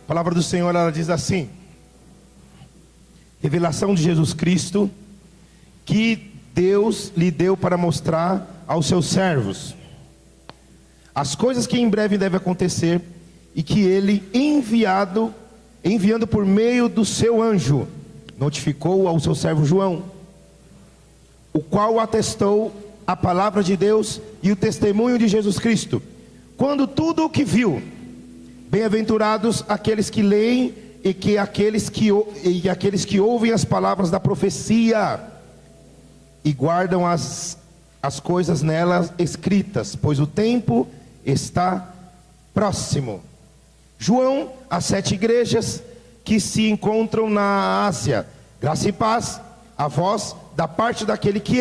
palavra do Senhor, ela diz assim: revelação de Jesus Cristo, que Deus lhe deu para mostrar aos seus servos as coisas que em breve devem acontecer, e que ele, enviando por meio do seu anjo, notificou ao seu servo João, o qual atestou a palavra de Deus e o testemunho de Jesus Cristo, quando tudo o que viu. Bem-aventurados aqueles que leem e aqueles que ouvem as palavras da profecia e guardam as coisas nelas escritas, pois o tempo está próximo. João, às 7 igrejas que se encontram na Ásia, graça e paz a vós da parte daquele que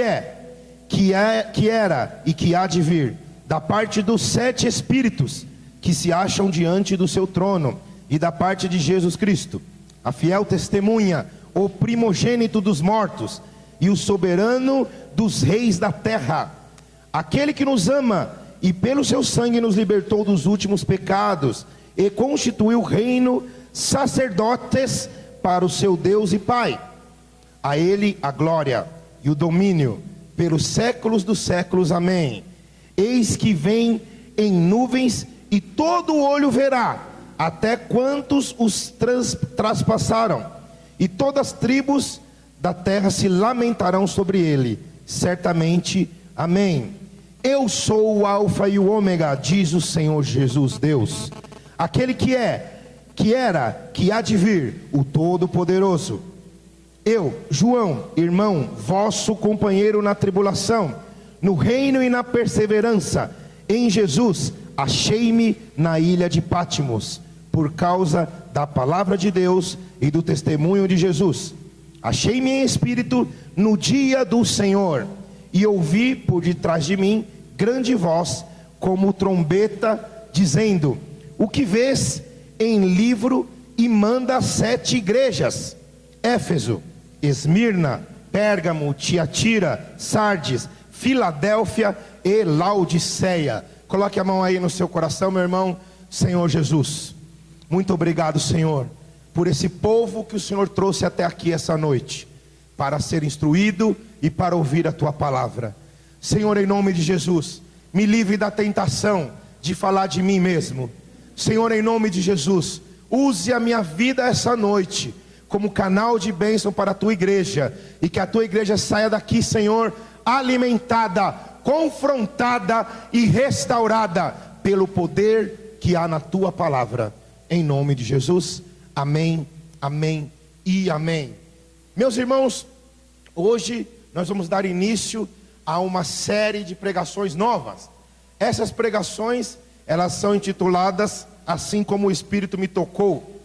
era e que há de vir, da parte dos 7 espíritos que se acham diante do seu trono, e da parte de Jesus Cristo, a fiel testemunha, o primogênito dos mortos e o soberano dos reis da terra, aquele que nos ama e pelo seu sangue nos libertou dos últimos pecados e constituiu reino, sacerdotes para o seu Deus e Pai. A ele a glória e o domínio pelos séculos dos séculos. Amém. Eis que vem em nuvens, e todo olho verá, até quantos os traspassaram, e todas as tribos da terra se lamentarão sobre ele. Certamente. Amém. Eu sou o Alfa e o Ômega, diz o Senhor Jesus Deus, aquele que era, que há de vir, o Todo-Poderoso. Eu, João, irmão, vosso companheiro na tribulação, no reino e na perseverança em Jesus, achei-me na ilha de Pátimos, por causa da palavra de Deus e do testemunho de Jesus. Achei-me em espírito no dia do Senhor, e ouvi por detrás de mim grande voz, como trombeta, dizendo: o que vês em livro, e manda às 7 igrejas: Éfeso, Esmirna, Pérgamo, Tiatira, Sardes, Filadélfia e Laodiceia. Coloque a mão aí no seu coração, meu irmão. Senhor Jesus, muito obrigado, Senhor, por esse povo que o Senhor trouxe até aqui essa noite, para ser instruído e para ouvir a Tua palavra. Senhor, em nome de Jesus, me livre da tentação de falar de mim mesmo. Senhor, em nome de Jesus, use a minha vida essa noite como canal de bênção para a Tua igreja, e que a Tua igreja saia daqui, Senhor, alimentada, confrontada e restaurada pelo poder que há na Tua palavra. Em nome de Jesus, amém, amém e amém. Meus irmãos, hoje nós vamos dar início a uma série de pregações novas. Essas pregações, elas são intituladas, assim como o Espírito me tocou,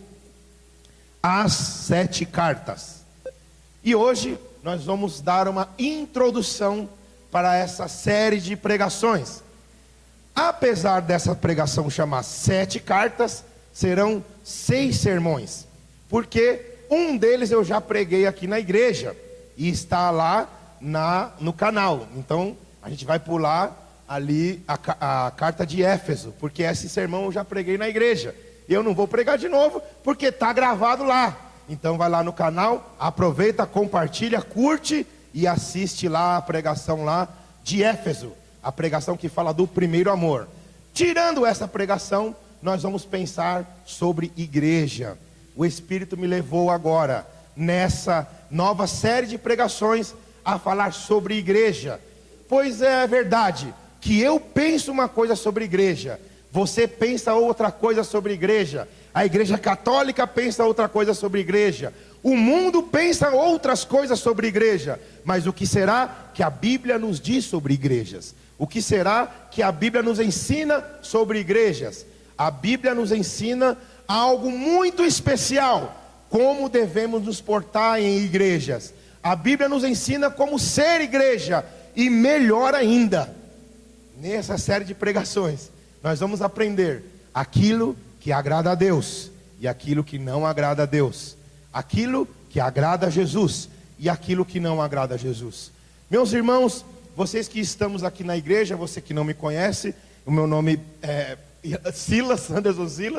as 7 cartas. E hoje nós vamos dar uma introdução para essa série de pregações. Apesar dessa pregação chamar 7 cartas, serão 6 sermões, porque um deles eu já preguei aqui na igreja e está lá no canal. Então a gente vai pular ali a carta de Éfeso, porque esse sermão eu já preguei na igreja, e eu não vou pregar de novo porque está gravado lá. Então vai lá no canal, aproveita, compartilha, curte e assiste lá a pregação lá de Éfeso, a pregação que fala do primeiro amor. Tirando essa pregação, nós vamos pensar sobre igreja. O Espírito me levou agora, nessa nova série de pregações, a falar sobre igreja. Pois é verdade que eu penso uma coisa sobre igreja, você pensa outra coisa sobre igreja, a igreja católica pensa outra coisa sobre igreja, o mundo pensa outras coisas sobre igreja. Mas o que será que a Bíblia nos diz sobre igrejas? O que será que a Bíblia nos ensina sobre igrejas? A Bíblia nos ensina algo muito especial, como devemos nos portar em igrejas. A Bíblia nos ensina como ser igreja, e melhor ainda, nessa série de pregações, nós vamos aprender aquilo que agrada a Deus e aquilo que não agrada a Deus, aquilo que agrada a Jesus e aquilo que não agrada a Jesus. Meus irmãos, vocês que estamos aqui na igreja, você que não me conhece, o meu nome é Silas, Anderson Silas,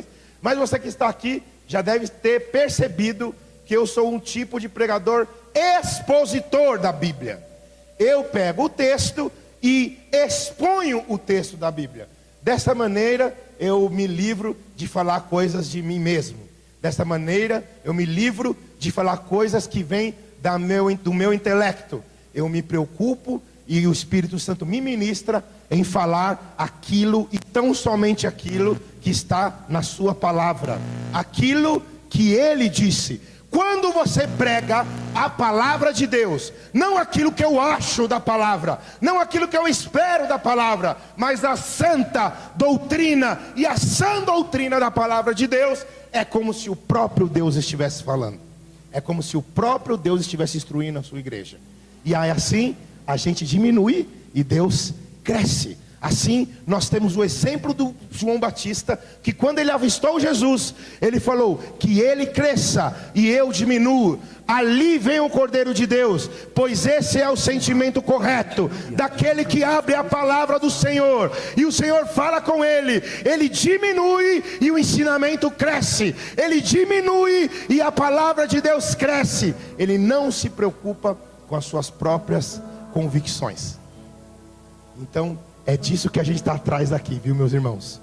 Mas você que está aqui já deve ter percebido que eu sou um tipo de pregador expositor da Bíblia. Eu pego o texto e exponho o texto da Bíblia. Dessa maneira eu me livro de falar coisas de mim mesmo. Dessa maneira eu me livro de falar coisas que vêm do meu intelecto. Eu me preocupo e o Espírito Santo me ministra em falar aquilo e tão somente aquilo que está na sua palavra, aquilo que ele disse. Quando você prega a palavra de Deus, não aquilo que eu acho da palavra, não aquilo que eu espero da palavra, mas a santa doutrina e a sã doutrina da palavra de Deus, é como se o próprio Deus estivesse falando, é como se o próprio Deus estivesse instruindo a sua igreja. E aí assim a gente diminui e Deus cresce. Assim nós temos o exemplo do João Batista, que quando ele avistou Jesus, ele falou que ele cresça e eu diminuo. Ali vem o Cordeiro de Deus, pois esse é o sentimento correto daquele que abre a palavra do Senhor, e o Senhor fala com ele, ele diminui e o ensinamento cresce, ele diminui e a palavra de Deus cresce. Ele não se preocupa com as suas próprias convicções. Então é disso que a gente está atrás daqui, viu, meus irmãos?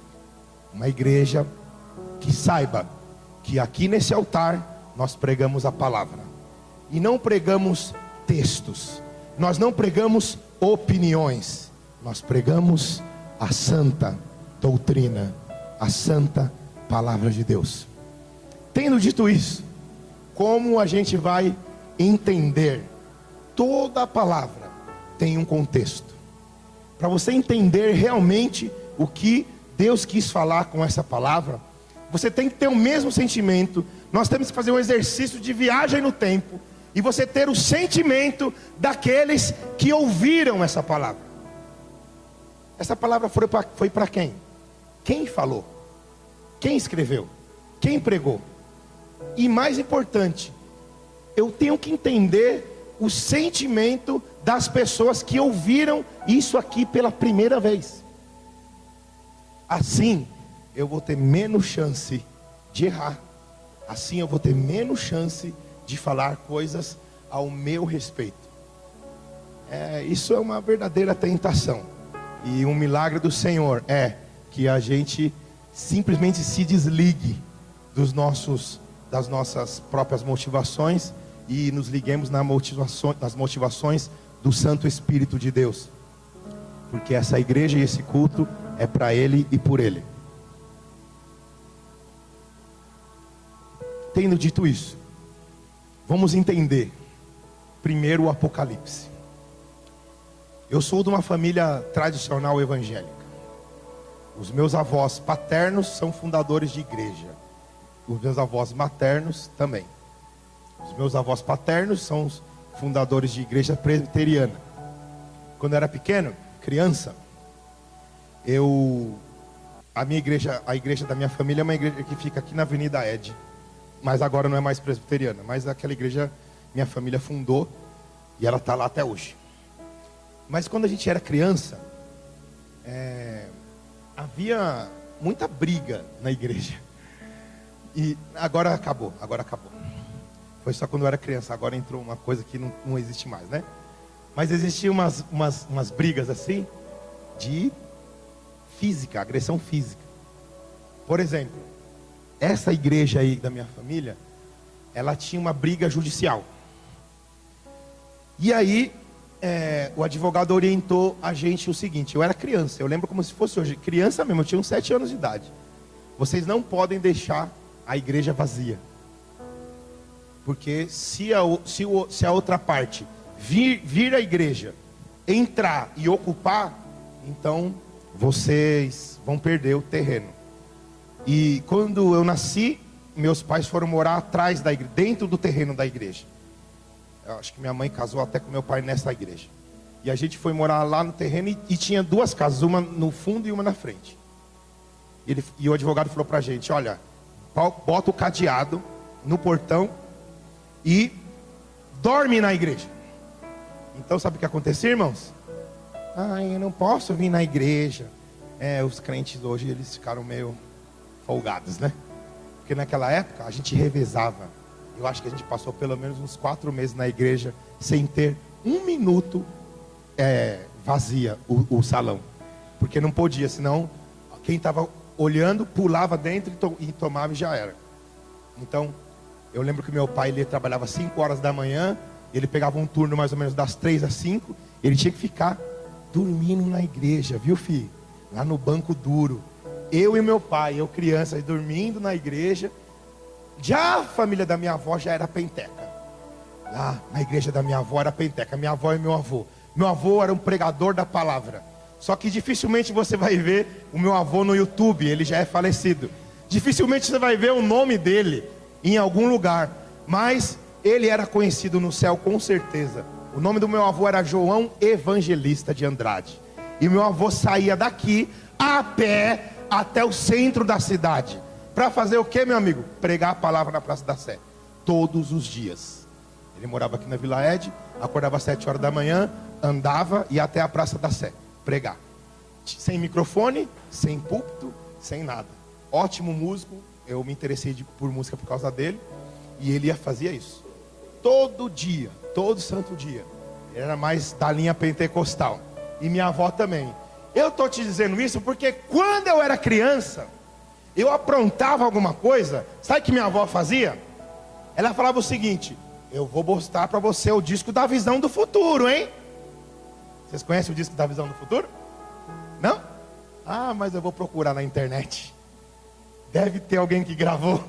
Uma igreja que saiba que aqui nesse altar nós pregamos a palavra. E não pregamos textos. Nós não pregamos opiniões. Nós pregamos a santa doutrina, a santa palavra de Deus. Tendo dito isso, como a gente vai entender? Toda a palavra tem um contexto. Para você entender realmente o que Deus quis falar com essa palavra, você tem que ter o mesmo sentimento. Nós temos que fazer um exercício de viagem no tempo, e você ter o sentimento daqueles que ouviram essa palavra. Essa palavra foi para quem? Quem falou? Quem escreveu? Quem pregou? E mais importante, eu tenho que entender o sentimento das pessoas que ouviram isso aqui pela primeira vez. Assim eu vou ter menos chance de errar. Assim eu vou ter menos chance de falar coisas ao meu respeito. Isso é uma verdadeira tentação. E um milagre do Senhor é que a gente simplesmente se desligue das nossas próprias motivações e nos liguemos nas motivações do Santo Espírito de Deus. Porque essa igreja e esse culto é para Ele e por Ele. Tendo dito isso, vamos entender primeiro o Apocalipse. Eu sou de uma família tradicional evangélica. Os meus avós paternos são fundadores de igreja. Os meus avós maternos também. Os meus avós paternos são os fundadores de igreja presbiteriana. Quando eu era pequeno, criança, a igreja da minha família é uma igreja que fica aqui na Avenida Ed, mas agora não é mais presbiteriana, mas aquela igreja minha família fundou e ela está lá até hoje. Mas quando a gente era criança, havia muita briga na igreja. E agora acabou. Foi só quando eu era criança, agora entrou uma coisa que não existe mais, né? Mas existiam umas brigas assim, de física, agressão física. Por exemplo, essa igreja aí da minha família, ela tinha uma briga judicial. E aí, o advogado orientou a gente o seguinte: eu era criança, eu lembro como se fosse hoje, criança mesmo, eu tinha uns 7 anos de idade. Vocês não podem deixar a igreja vazia. Porque se a outra parte vir à igreja, entrar e ocupar, então vocês vão perder o terreno. E quando eu nasci, meus pais foram morar atrás da igreja, dentro do terreno da igreja. Eu acho que minha mãe casou até com meu pai nessa igreja. E a gente foi morar lá no terreno e tinha 2 casas, uma no fundo e uma na frente. E o advogado falou pra gente: olha, bota o cadeado no portão e dorme na igreja. Então sabe o que aconteceu, irmãos? Eu não posso vir na igreja. Os crentes hoje, eles ficaram meio folgados, né? Porque naquela época a gente revezava. Eu acho que a gente passou pelo menos uns 4 meses na igreja sem ter um minuto vazia o salão. Porque não podia, senão quem estava olhando pulava dentro e tomava e já era. Então, eu lembro que meu pai, ele trabalhava 5 horas da manhã, ele pegava um turno mais ou menos das 3 às 5, ele tinha que ficar dormindo na igreja, viu, filho? Lá no banco duro. Eu e meu pai, eu criança, dormindo na igreja. Já a família da minha avó já era penteca. Lá na igreja da minha avó era penteca, minha avó e meu avô. Meu avô era um pregador da palavra. Só que dificilmente você vai ver o meu avô no YouTube, ele já é falecido. Dificilmente você vai ver o nome dele em algum lugar. Mas ele era conhecido no céu com certeza. O nome do meu avô era João Evangelista de Andrade. E meu avô saía daqui a pé até o centro da cidade. Para fazer o que, meu amigo? Pregar a palavra na Praça da Sé. Todos os dias. Ele morava aqui na Vila Ed, acordava às 7 horas da manhã, andava e ia até a Praça da Sé. Pregar. Sem microfone, sem púlpito, sem nada. Ótimo músico. Eu me interessei por música por causa dele. E ele fazia isso. Todo dia, todo santo dia. Ele era mais da linha pentecostal. E minha avó também. Eu estou te dizendo isso porque quando eu era criança, eu aprontava alguma coisa. Sabe o que minha avó fazia? Ela falava o seguinte: eu vou mostrar para você o disco da Visão do Futuro, hein? Vocês conhecem o disco da Visão do Futuro? Não? Ah, mas eu vou procurar na internet. Deve ter alguém que gravou.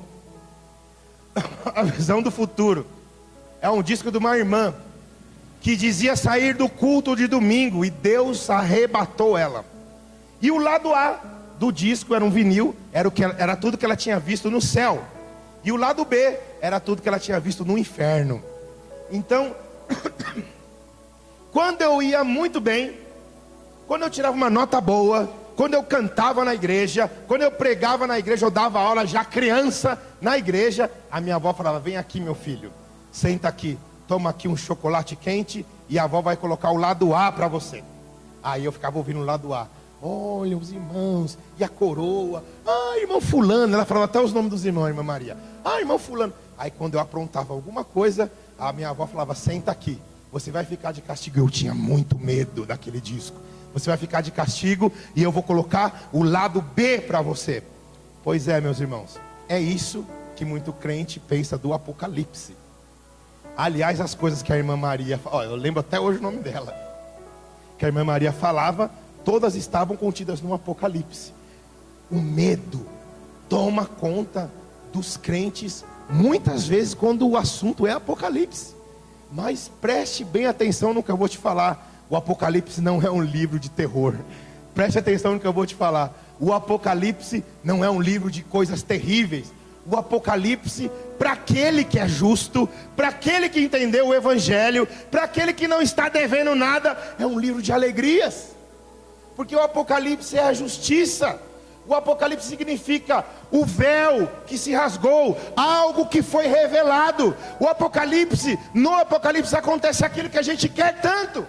A Visão do Futuro é um disco de uma irmã que dizia sair do culto de domingo e Deus arrebatou ela. E o lado A do disco era um vinil, era tudo que ela tinha visto no céu. E o lado B era tudo que ela tinha visto no inferno. Então, quando eu ia muito bem, quando eu tirava uma nota boa, quando eu cantava na igreja, quando eu pregava na igreja, eu dava aula já criança na igreja, a minha avó falava: vem aqui, meu filho, senta aqui, toma aqui um chocolate quente e a avó vai colocar o lado A para você. Aí eu ficava ouvindo o lado A. Olha os irmãos, e a coroa. Ah, irmão fulano. Ela falava até os nomes dos irmãos, irmã Maria. Ah, irmão fulano. Aí quando eu aprontava alguma coisa, a minha avó falava: senta aqui, você vai ficar de castigo. Eu tinha muito medo daquele disco. Você vai ficar de castigo e eu vou colocar o lado B para você. Pois é, meus irmãos, é isso que muito crente pensa do Apocalipse. Aliás, as coisas que a irmã Maria, eu lembro até hoje o nome dela, que a irmã Maria falava, todas estavam contidas no Apocalipse. O medo toma conta dos crentes, muitas vezes quando o assunto é Apocalipse. Mas preste bem atenção no que eu vou te falar. O Apocalipse não é um livro de terror. Preste atenção no que eu vou te falar. O Apocalipse não é um livro de coisas terríveis. O Apocalipse, para aquele que é justo, para aquele que entendeu o Evangelho, para aquele que não está devendo nada, é um livro de alegrias. Porque o Apocalipse é a justiça. O Apocalipse significa o véu que se rasgou, algo que foi revelado. O Apocalipse, no Apocalipse acontece aquilo que a gente quer tanto.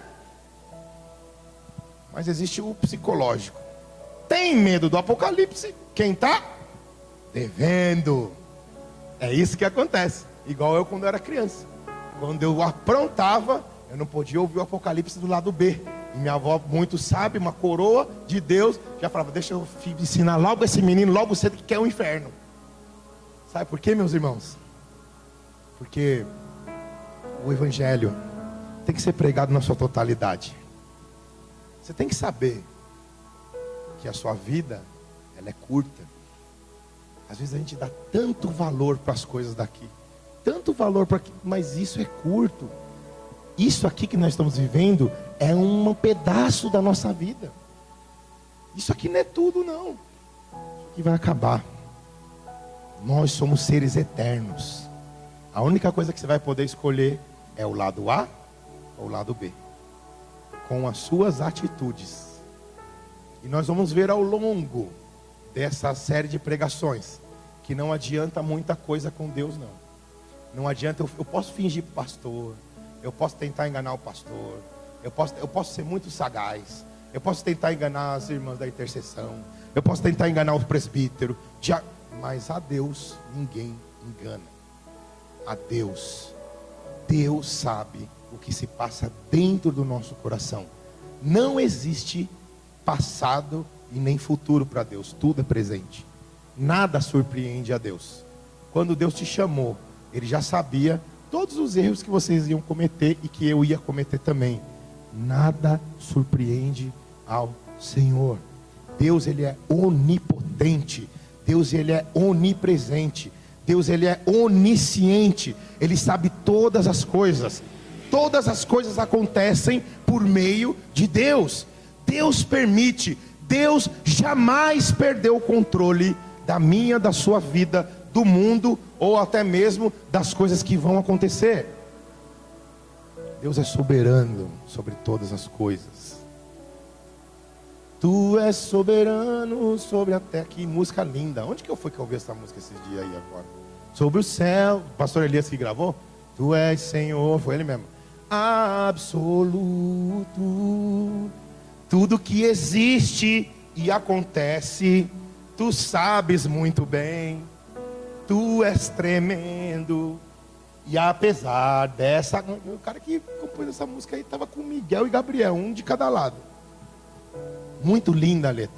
Mas existe o psicológico. Tem medo do Apocalipse quem está devendo. É isso que acontece. Igual eu quando era criança. Quando eu aprontava, eu não podia ouvir o Apocalipse do lado B. E minha avó, muito sábia, uma coroa de Deus, já falava: deixa eu ensinar logo esse menino, logo cedo, que quer o inferno. Sabe por quê, meus irmãos? Porque o Evangelho tem que ser pregado na sua totalidade. Você tem que saber que a sua vida, ela é curta. Às vezes a gente dá tanto valor para as coisas daqui, tanto valor para aqui, mas isso é curto. Isso aqui que nós estamos vivendo é um pedaço da nossa vida. Isso aqui não é tudo, não. Isso aqui vai acabar. Nós somos seres eternos. A única coisa que você vai poder escolher é o lado A ou o lado B, com as suas atitudes. E nós vamos ver ao longo dessa série de pregações que não adianta muita coisa com Deus, não. Não adianta, eu posso fingir pastor, eu posso tentar enganar o pastor, eu posso ser muito sagaz, eu posso tentar enganar as irmãs da intercessão, eu posso tentar enganar o presbítero, mas a Deus ninguém engana. A Deus, Deus sabe o que se passa dentro do nosso coração. Não existe passado e nem futuro para Deus, tudo é presente. Nada surpreende a Deus. Quando Deus te chamou, Ele já sabia todos os erros que vocês iam cometer e que eu ia cometer também. Nada surpreende ao Senhor. Deus, Ele é onipotente. Deus, Ele é onipresente. Deus, Ele é onisciente. Ele sabe todas as coisas. Todas as coisas acontecem por meio de Deus. Deus permite. Deus jamais perdeu o controle da minha, da sua vida, do mundo, ou até mesmo das coisas que vão acontecer. Deus é soberano sobre todas as coisas. Tu és soberano sobre até... Que música linda. Onde que eu fui que eu ouvi essa música esses dias aí agora? Sobre o céu. Pastor Elias que gravou? Tu és Senhor. Foi ele mesmo. Absoluto. Tudo que existe e acontece, tu sabes muito bem. Tu és tremendo. E apesar dessa... O cara que compôs essa música aí estava com Miguel e Gabriel, um de cada lado. Muito linda a letra.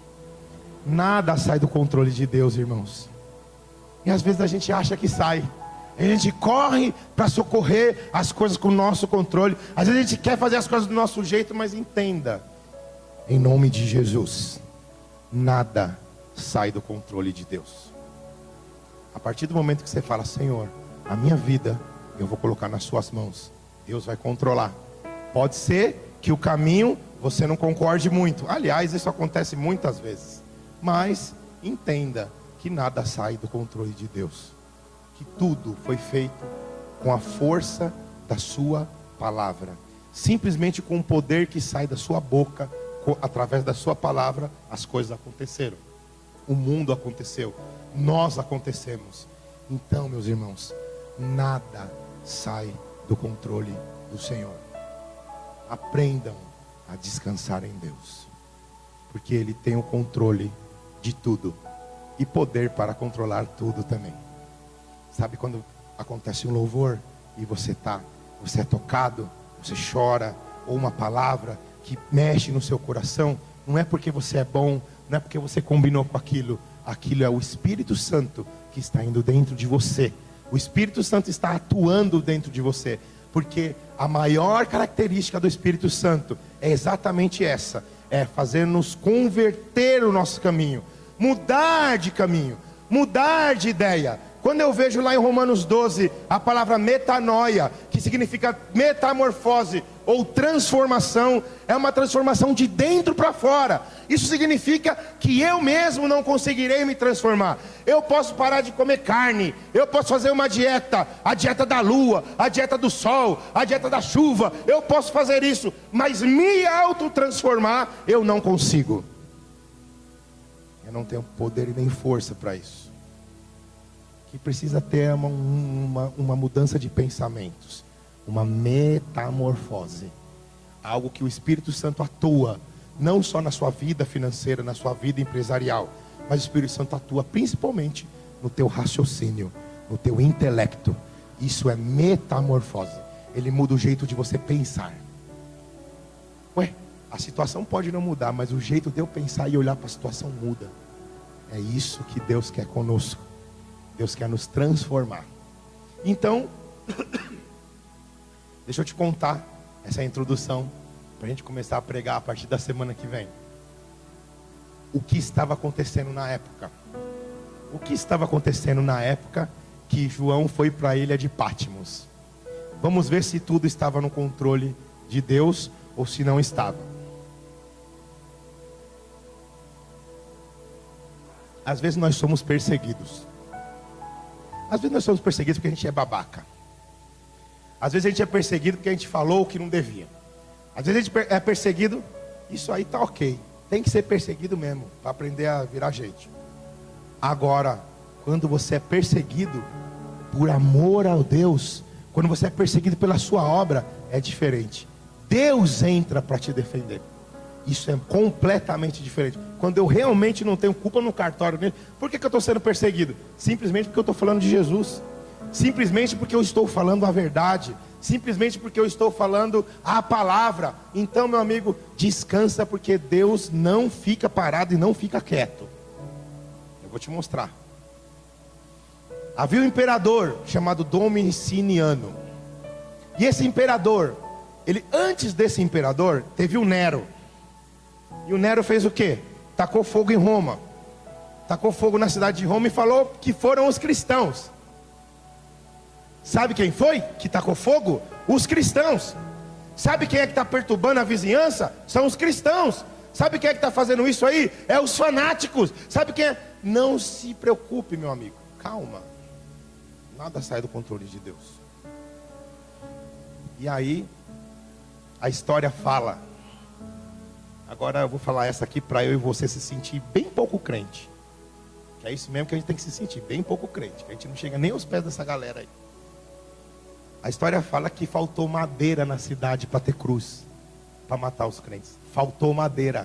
Nada sai do controle de Deus, irmãos. E às vezes a gente acha que sai. A gente corre para socorrer as coisas com o nosso controle. Às vezes a gente quer fazer as coisas do nosso jeito, mas entenda, em nome de Jesus, nada sai do controle de Deus. A partir do momento que você fala: Senhor, a minha vida eu vou colocar nas suas mãos, Deus vai controlar. Pode ser que o caminho você não concorde muito. Aliás, isso acontece muitas vezes. Mas entenda que nada sai do controle de Deus. Que tudo foi feito com a força da sua palavra. Simplesmente com o poder que sai da sua boca, através da sua palavra, as coisas aconteceram. O mundo aconteceu. Nós acontecemos. Então, meus irmãos, nada sai do controle do Senhor. Aprendam a descansar em Deus, porque Ele tem o controle de tudo e poder para controlar tudo também. Sabe quando acontece um louvor e você é tocado, você chora, ou uma palavra que mexe no seu coração? Não é porque você é bom, não é porque você combinou com aquilo. Aquilo é o Espírito Santo que está indo dentro de você. O Espírito Santo está atuando dentro de você. Porque a maior característica do Espírito Santo é exatamente essa: é fazer-nos converter o nosso caminho, mudar de caminho, mudar de ideia. Quando eu vejo lá em Romanos 12 a palavra metanoia, que significa metamorfose ou transformação, é uma transformação de dentro para fora. Isso significa que eu mesmo não conseguirei me transformar. Eu posso parar de comer carne, eu posso fazer uma dieta, a dieta da lua, a dieta do sol, a dieta da chuva, eu posso fazer isso, mas me autotransformar eu não consigo. Eu não tenho poder e nem força para isso. Que precisa ter uma mudança de pensamentos, uma metamorfose, algo que o Espírito Santo atua, não só na sua vida financeira, na sua vida empresarial, mas o Espírito Santo atua principalmente no teu raciocínio, no teu intelecto. Isso é metamorfose. Ele muda o jeito de você pensar. Ué, a situação pode não mudar, mas o jeito de eu pensar e olhar para a situação muda. É isso que Deus quer conosco. Deus quer nos transformar. Então, deixa eu te contar essa introdução, para a gente começar a pregar a partir da semana que vem. O que estava acontecendo na época? O que estava acontecendo na época que João foi para a ilha de Patmos? Vamos ver se tudo estava no controle de Deus ou se não estava. Às vezes nós somos perseguidos. Às vezes nós somos perseguidos porque a gente é babaca. Às vezes a gente é perseguido porque a gente falou o que não devia. Às vezes a gente é perseguido, isso aí tá ok. Tem que ser perseguido mesmo, para aprender a virar gente. Agora, quando você é perseguido por amor a Deus, quando você é perseguido pela sua obra, é diferente. Deus entra para te defender. Isso é completamente diferente. Quando eu realmente não tenho culpa no cartório dele, por que eu estou sendo perseguido? Simplesmente porque eu estou falando de Jesus. Simplesmente porque eu estou falando a verdade. Simplesmente porque eu estou falando a palavra. Então, meu amigo, descansa, porque Deus não fica parado e não fica quieto. Eu vou te mostrar. Havia um imperador chamado Domiciano. E esse imperador, antes desse imperador, teve o Nero. E o Nero fez o quê? Tacou fogo em Roma. Tacou fogo na cidade de Roma e falou que foram os cristãos. Sabe quem foi que tacou fogo? Os cristãos. Sabe quem é que está perturbando a vizinhança? São os cristãos. Sabe quem é que está fazendo isso aí? É os fanáticos. Sabe quem é? Não se preocupe, meu amigo. Calma. Nada sai do controle de Deus. E aí, a história fala. Agora eu vou falar essa aqui para eu e você se sentir bem pouco crente. Que é isso mesmo que a gente tem que se sentir, bem pouco crente. Que a gente não chega nem aos pés dessa galera aí. A história fala que faltou madeira na cidade para ter cruz, para matar os crentes. Faltou madeira.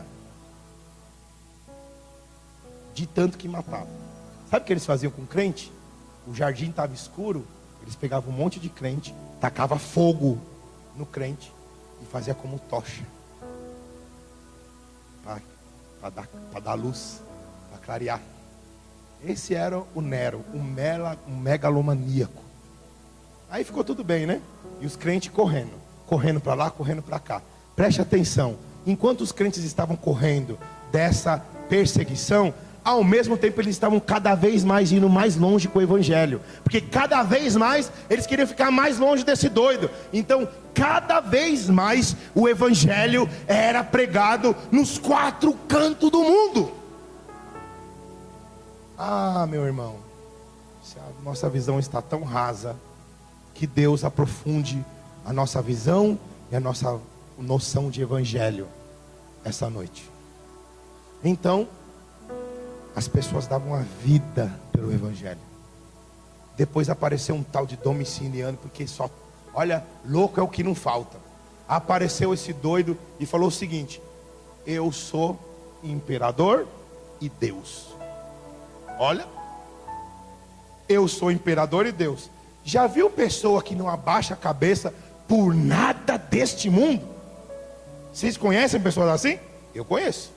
De tanto que matava. Sabe o que eles faziam com o crente? O jardim estava escuro, eles pegavam um monte de crente, tacava fogo no crente e fazia como tocha. Para dar luz, para clarear. Esse era o Nero, um megalomaníaco. Aí ficou tudo bem, né? E os crentes correndo para lá, correndo para cá. Preste atenção, enquanto os crentes estavam correndo dessa perseguição, ao mesmo tempo eles estavam cada vez mais indo mais longe com o evangelho. Porque cada vez mais eles queriam ficar mais longe desse doido. Então, cada vez mais o evangelho era pregado nos 4 cantos do mundo. Ah, meu irmão, se a nossa visão está tão rasa, que Deus aprofunde a nossa visão e a nossa noção de evangelho essa noite. Então, as pessoas davam a vida pelo evangelho. Depois apareceu um tal de Domiciano, porque só, olha, louco é o que não falta. Apareceu esse doido e falou o seguinte: eu sou imperador e Deus. Olha, eu sou imperador e Deus. Já viu pessoa que não abaixa a cabeça por nada deste mundo? Vocês conhecem pessoas assim? Eu conheço.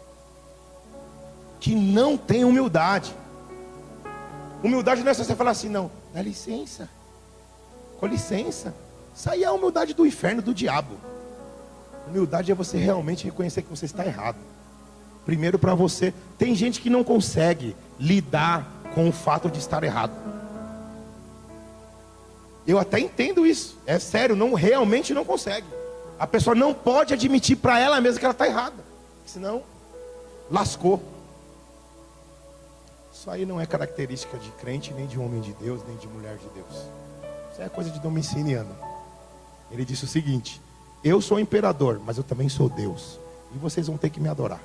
Que não tem humildade. Humildade não é só você falar assim, não, dá licença, com licença. Isso aí é a humildade do inferno, do diabo. Humildade é você realmente reconhecer que você está errado. Primeiro para você. Tem gente que não consegue lidar com o fato de estar errado. Eu até entendo isso, é sério, realmente não consegue. A pessoa não pode admitir para ela mesma que ela está errada, senão lascou. Isso aí não é característica de crente, nem de homem de Deus, nem de mulher de Deus. Isso é coisa de Domiciano. Ele disse o seguinte: eu sou imperador, mas eu também sou Deus, e vocês vão ter que me adorar.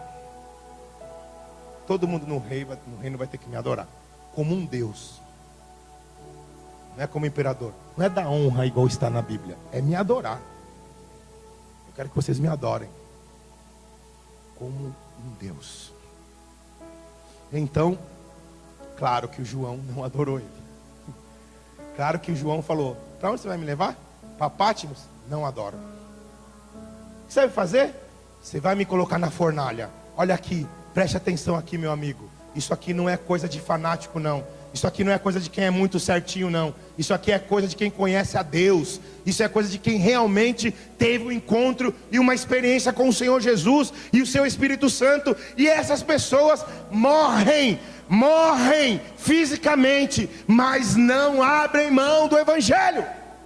Todo mundo no reino vai ter que me adorar como um Deus. Não é como imperador. Não é da honra igual está na Bíblia. É me adorar. Eu quero que vocês me adorem como um Deus. Então, claro que o João não adorou ele. Claro que o João falou: para onde você vai me levar? Para Pátimos? Não adoro. O que você vai fazer? Você vai me colocar na fornalha. Olha aqui, preste atenção aqui, meu amigo. Isso aqui não é coisa de fanático, não. Isso aqui não é coisa de quem é muito certinho, não. Isso aqui é coisa de quem conhece a Deus. Isso é coisa de quem realmente teve um encontro e uma experiência com o Senhor Jesus e o seu Espírito Santo. E essas pessoas morrem fisicamente, mas não abrem mão do evangelho.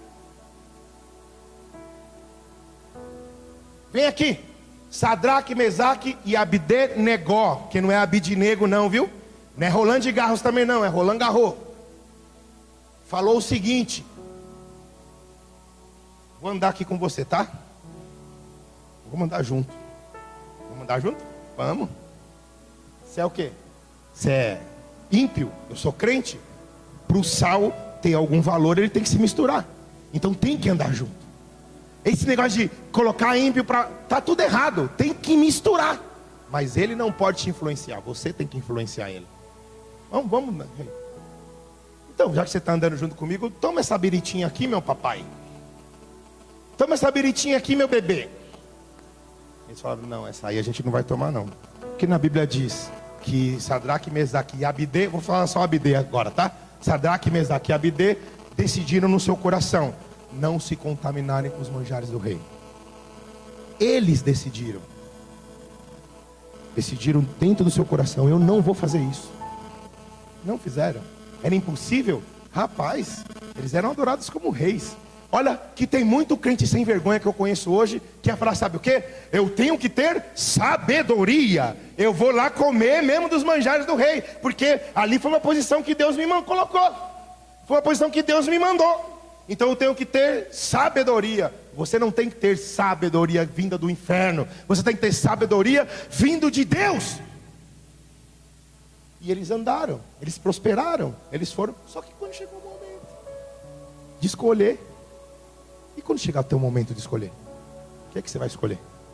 Vem aqui, Sadraque, Mesaque e Abednego, que não é Abidnego não, viu? Não é Roland de Garros também não, é Roland Garros. Falou o seguinte: vou andar aqui com você, tá? Vamos andar junto. Vamos andar junto? Vamos. Você é o quê? Você é ímpio? Eu sou crente. Para o sal ter algum valor, ele tem que se misturar. Então tem que andar junto. Esse negócio de colocar ímpio para... Está tudo errado, tem que misturar. Mas ele não pode te influenciar, você tem que influenciar ele. Vamos. Então, já que você está andando junto comigo, toma essa biritinha aqui, meu papai. Toma essa biritinha aqui, meu bebê. Eles falaram, não, essa aí a gente não vai tomar não. Porque na Bíblia diz que Sadraque, Mesaque e Abidê, vou falar só Abidê agora, tá? Sadraque, Mesaque e Abidê decidiram no seu coração não se contaminarem com os manjares do rei. Eles decidiram dentro do seu coração, eu não vou fazer isso. Não fizeram. Era impossível? Rapaz, eles eram adorados como reis. Olha que tem muito crente sem vergonha que eu conheço hoje, que ia falar, sabe o que? Eu tenho que ter sabedoria. Eu vou lá comer mesmo dos manjares do rei, porque ali foi uma posição que Deus me colocou. Foi uma posição que Deus me mandou. Então eu tenho que ter sabedoria. Você não tem que ter sabedoria vinda do inferno. Você tem que ter sabedoria vindo de Deus. E eles andaram, eles prosperaram, eles foram. Só que quando chegou o momento de escolher, e quando chegar o teu momento de escolher, o que é que você vai escolher?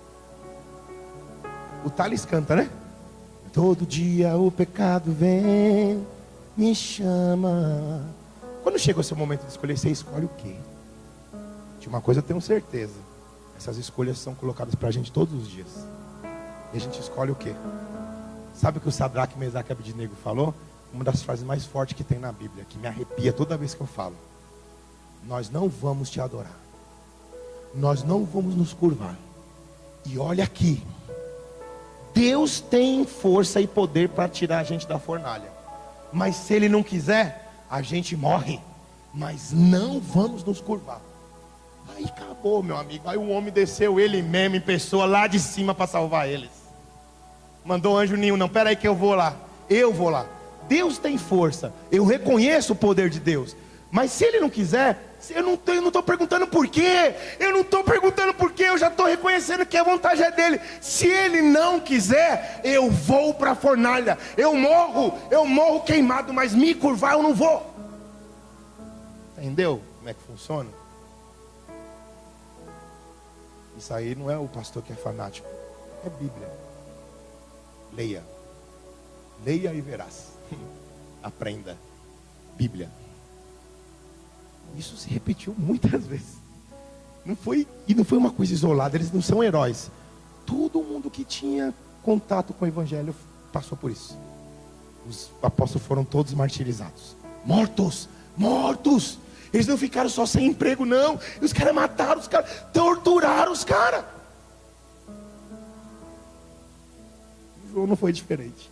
O Thales canta, né? Todo dia o pecado vem, me chama. Quando chega o seu momento de escolher, você escolhe o quê? De uma coisa eu tenho certeza, essas escolhas são colocadas para a gente todos os dias. E a gente escolhe o quê? Sabe o que o Sadraque, Mesaque e Abidnego falou? Uma das frases mais fortes que tem na Bíblia, que me arrepia toda vez que eu falo. Nós não vamos te adorar. Nós não vamos nos curvar. E olha aqui. Deus tem força e poder para tirar a gente da fornalha. Mas se Ele não quiser, a gente morre. Mas não vamos nos curvar. Aí acabou, meu amigo. Aí o homem desceu, ele mesmo em pessoa, lá de cima para salvar eles. Mandou anjo nenhum, não, peraí que eu vou lá. Eu vou lá. Deus tem força. Eu reconheço o poder de Deus. Mas se Ele não quiser, eu não estou perguntando por quê. Eu não estou perguntando por quê. Eu já estou reconhecendo que a vontade é dEle. Se Ele não quiser, eu vou para a fornalha. Eu morro queimado, mas me curvar eu não vou. Entendeu como é que funciona? Isso aí não é o pastor que é fanático. É Bíblia. Leia. Leia e verás. Aprenda. Bíblia. Isso se repetiu muitas vezes. Não foi uma coisa isolada. Eles não são heróis. Todo mundo que tinha contato com o Evangelho passou por isso. Os apóstolos foram todos martirizados. Mortos. Eles não ficaram só sem emprego, não. Os caras mataram, os caras torturaram os caras. João não foi diferente.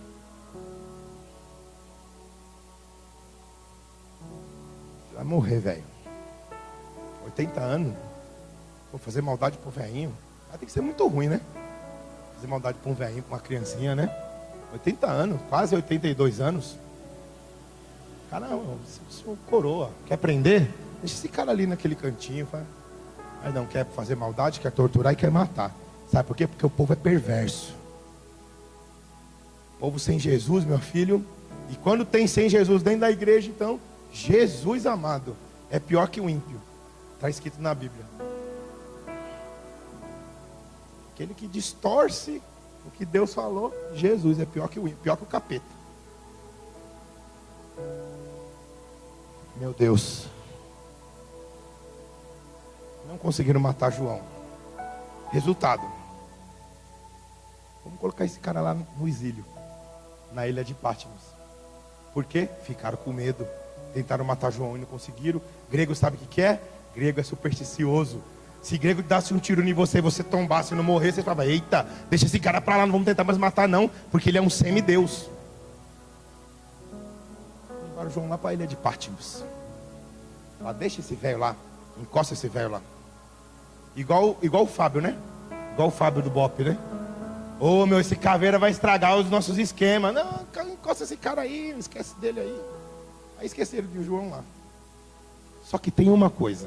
Vai morrer, velho. 80 anos. Vou fazer maldade pro velhinho. Tem que ser muito ruim, né? Fazer maldade pra um velhinho, pra uma criancinha, né? 80 anos, quase 82 anos. Caramba, sou coroa. Quer prender? Deixa esse cara ali naquele cantinho. Mas não, quer fazer maldade, quer torturar e quer matar. Sabe por quê? Porque o povo é perverso. Povo sem Jesus, meu filho. E quando tem sem Jesus dentro da igreja, então, Jesus amado é pior que o ímpio. Está escrito na Bíblia. Aquele que distorce o que Deus falou, Jesus é pior que o ímpio, pior que o capeta. Meu Deus. Não conseguiram matar João. Resultado. Vamos colocar esse cara lá no exílio, na ilha de Patmos. Por quê? Ficaram com medo. Tentaram matar João e não conseguiram. Grego sabe o que é? Grego é supersticioso. Se grego desse um tiro em você e você tombasse e não morrer, você falava, eita, deixa esse cara pra lá, não vamos tentar mais matar não, porque ele é um semideus. Levaram João lá para a ilha de Patmos. Lá, deixa esse velho lá, encosta esse velho lá. Igual o Fábio, né? Igual o Fábio do Bop, né? Ô meu, esse caveira vai estragar os nossos esquemas. Não, encosta esse cara aí, não esquece dele aí. Aí esqueceram de João lá. Só que tem uma coisa.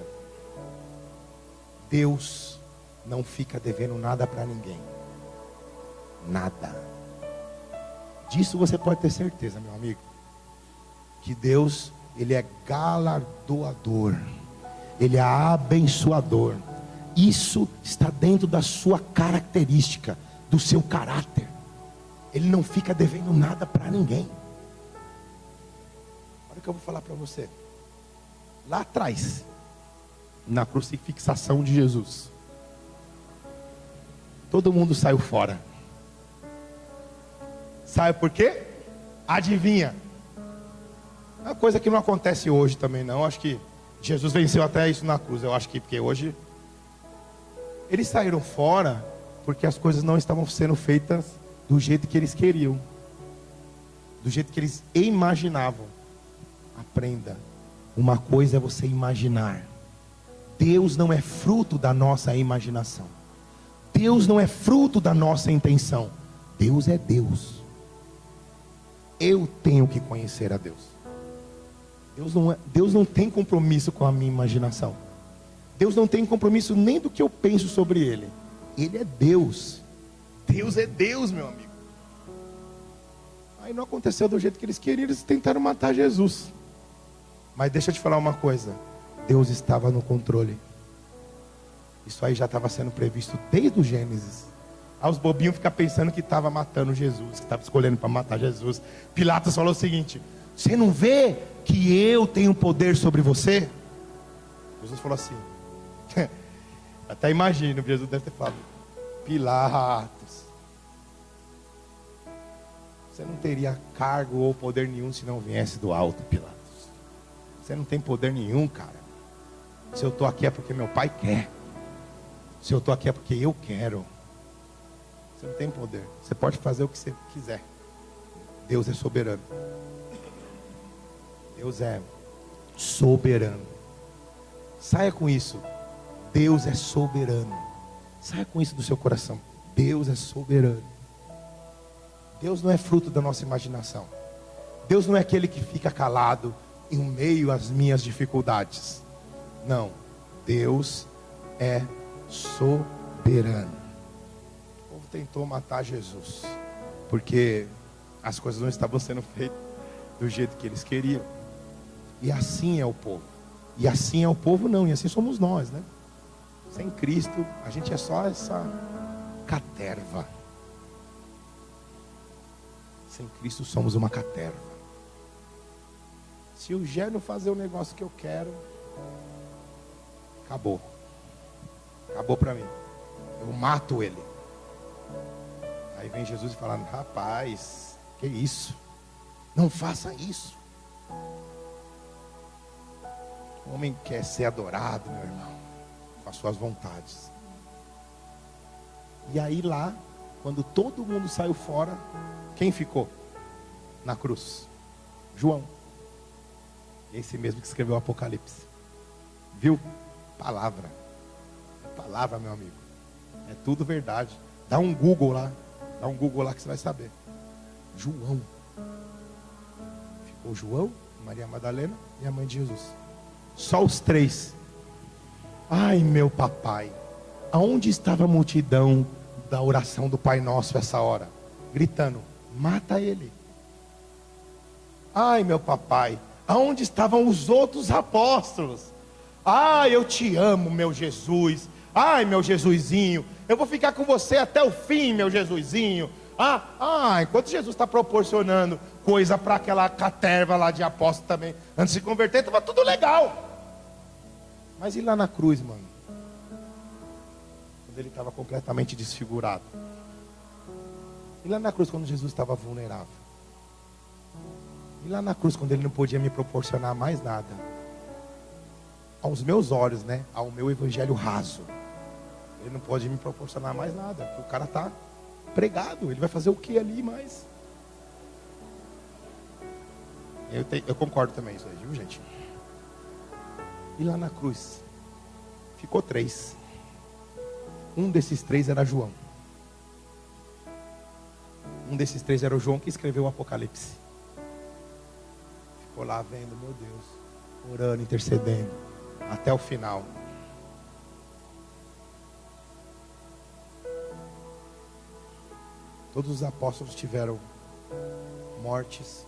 Deus não fica devendo nada para ninguém. Nada. Disso você pode ter certeza, meu amigo. Que Deus, Ele é galardoador. Ele é abençoador. Isso está dentro da sua característica, do seu caráter. Ele não fica devendo nada para ninguém. Olha o que eu vou falar para você. Lá atrás, na crucifixação de Jesus, todo mundo saiu fora. Sabe por quê? Adivinha? É uma coisa que não acontece hoje também não. Acho que Jesus venceu até isso na cruz. Eu acho que porque hoje eles saíram fora porque as coisas não estavam sendo feitas do jeito que eles queriam, do jeito que eles imaginavam. Aprenda, uma coisa é você imaginar. Deus não é fruto da nossa imaginação. Deus não é fruto da nossa intenção. Deus é Deus. Eu tenho que conhecer a Deus. Deus não tem compromisso com a minha imaginação. Deus não tem compromisso nem do que eu penso sobre Ele. Ele é Deus. Deus é Deus, meu amigo. Aí não aconteceu do jeito que eles queriam. Eles tentaram matar Jesus. Mas deixa eu te falar uma coisa. Deus estava no controle. Isso aí já estava sendo previsto desde o Gênesis. Aí os bobinhos ficam pensando que estava matando Jesus, que estava escolhendo para matar Jesus. Pilatos falou o seguinte: você não vê que eu tenho poder sobre você? Jesus falou assim. Até imagino, Jesus deve ter falado: Pilatos, você não teria cargo ou poder nenhum se não viesse do alto, Pilatos. Você não tem poder nenhum, cara. Se eu estou aqui é porque meu pai quer. Se eu estou aqui é porque eu quero. Você não tem poder. Você pode fazer o que você quiser. Deus é soberano. Deus é soberano. Saia com isso. Deus é soberano. Saia com isso do seu coração. Deus é soberano. Deus não é fruto da nossa imaginação. Deus não é aquele que fica calado em meio às minhas dificuldades. Não. Deus é soberano. O povo tentou matar Jesus porque as coisas não estavam sendo feitas do jeito que eles queriam. E assim é o povo. E assim é o povo não, e assim somos nós, né? Sem Cristo, a gente é só essa caterva. Sem Cristo somos uma caterva. Se o Gênio fazer o negócio que eu quero, acabou. Acabou para mim. Eu mato ele. Aí vem Jesus e fala: rapaz, que isso? Não faça isso. O homem quer ser adorado, meu irmão, com as suas vontades. E aí lá, quando todo mundo saiu fora, quem ficou na cruz? João. Esse mesmo que escreveu o Apocalipse. Viu? Palavra. É palavra, meu amigo. É tudo verdade. Dá um Google lá. Dá um Google lá que você vai saber. João. Ficou João, Maria Madalena e a mãe de Jesus. Só os três. Ai, meu papai, aonde estava a multidão da oração do Pai Nosso essa hora? Gritando: mata ele. Ai, meu papai, aonde estavam os outros apóstolos? Ai, eu te amo, meu Jesus. Ai, meu Jesusinho, eu vou ficar com você até o fim, meu Jesusinho. Enquanto Jesus está proporcionando coisa para aquela caterva lá de apóstolo também, antes de se converter, estava tudo legal. Mas e lá na cruz, mano? Quando ele estava completamente desfigurado. E lá na cruz, quando Jesus estava vulnerável. E lá na cruz, quando ele não podia me proporcionar mais nada. Aos meus olhos, né? Ao meu evangelho raso. Ele não pode me proporcionar mais nada. Porque o cara está pregado. Ele vai fazer o que ali mais? Eu concordo também isso aí, viu, gente? E lá na cruz ficou três. Um desses três era João. Um desses três era o João que escreveu o Apocalipse. Ficou lá vendo, meu Deus, orando, intercedendo até o final. Todos os apóstolos tiveram mortes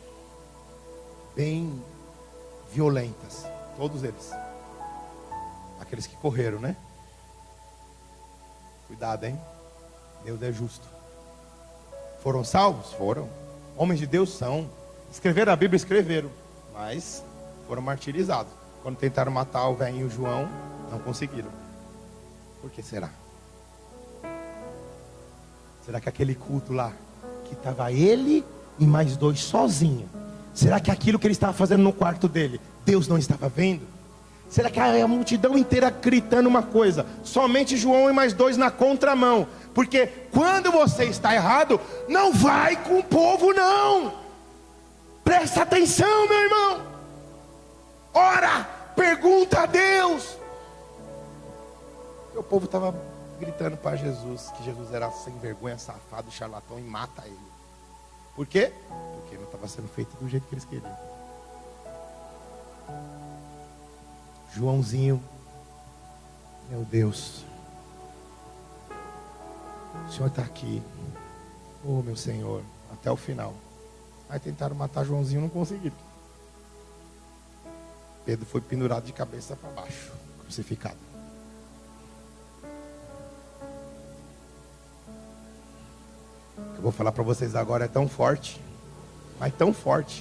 bem violentas, todos eles. Aqueles que correram, né? Cuidado, hein? Deus é justo. Foram salvos? Foram. Homens de Deus são. Escreveram a Bíblia? Escreveram. Mas foram martirizados. Quando tentaram matar o velhinho João, não conseguiram. Por que será? Será que aquele culto lá, que estava ele e mais 2 sozinhos, será que aquilo que ele estava fazendo no quarto dele, Deus não estava vendo? Será que a multidão inteira gritando uma coisa, somente João e mais 2 na contramão? Porque quando você está errado, não vai com o povo não. Presta atenção, meu irmão. Ora, pergunta a Deus. O povo estava gritando para Jesus que Jesus era sem vergonha, safado, charlatão e mata ele. Por quê? Porque não estava sendo feito do jeito que eles queriam. Joãozinho, meu Deus, o Senhor está aqui, oh meu Senhor, até o final. Aí tentaram matar Joãozinho, não conseguiram. Pedro foi pendurado de cabeça para baixo, crucificado. O que eu vou falar para vocês agora é tão forte, mas tão forte.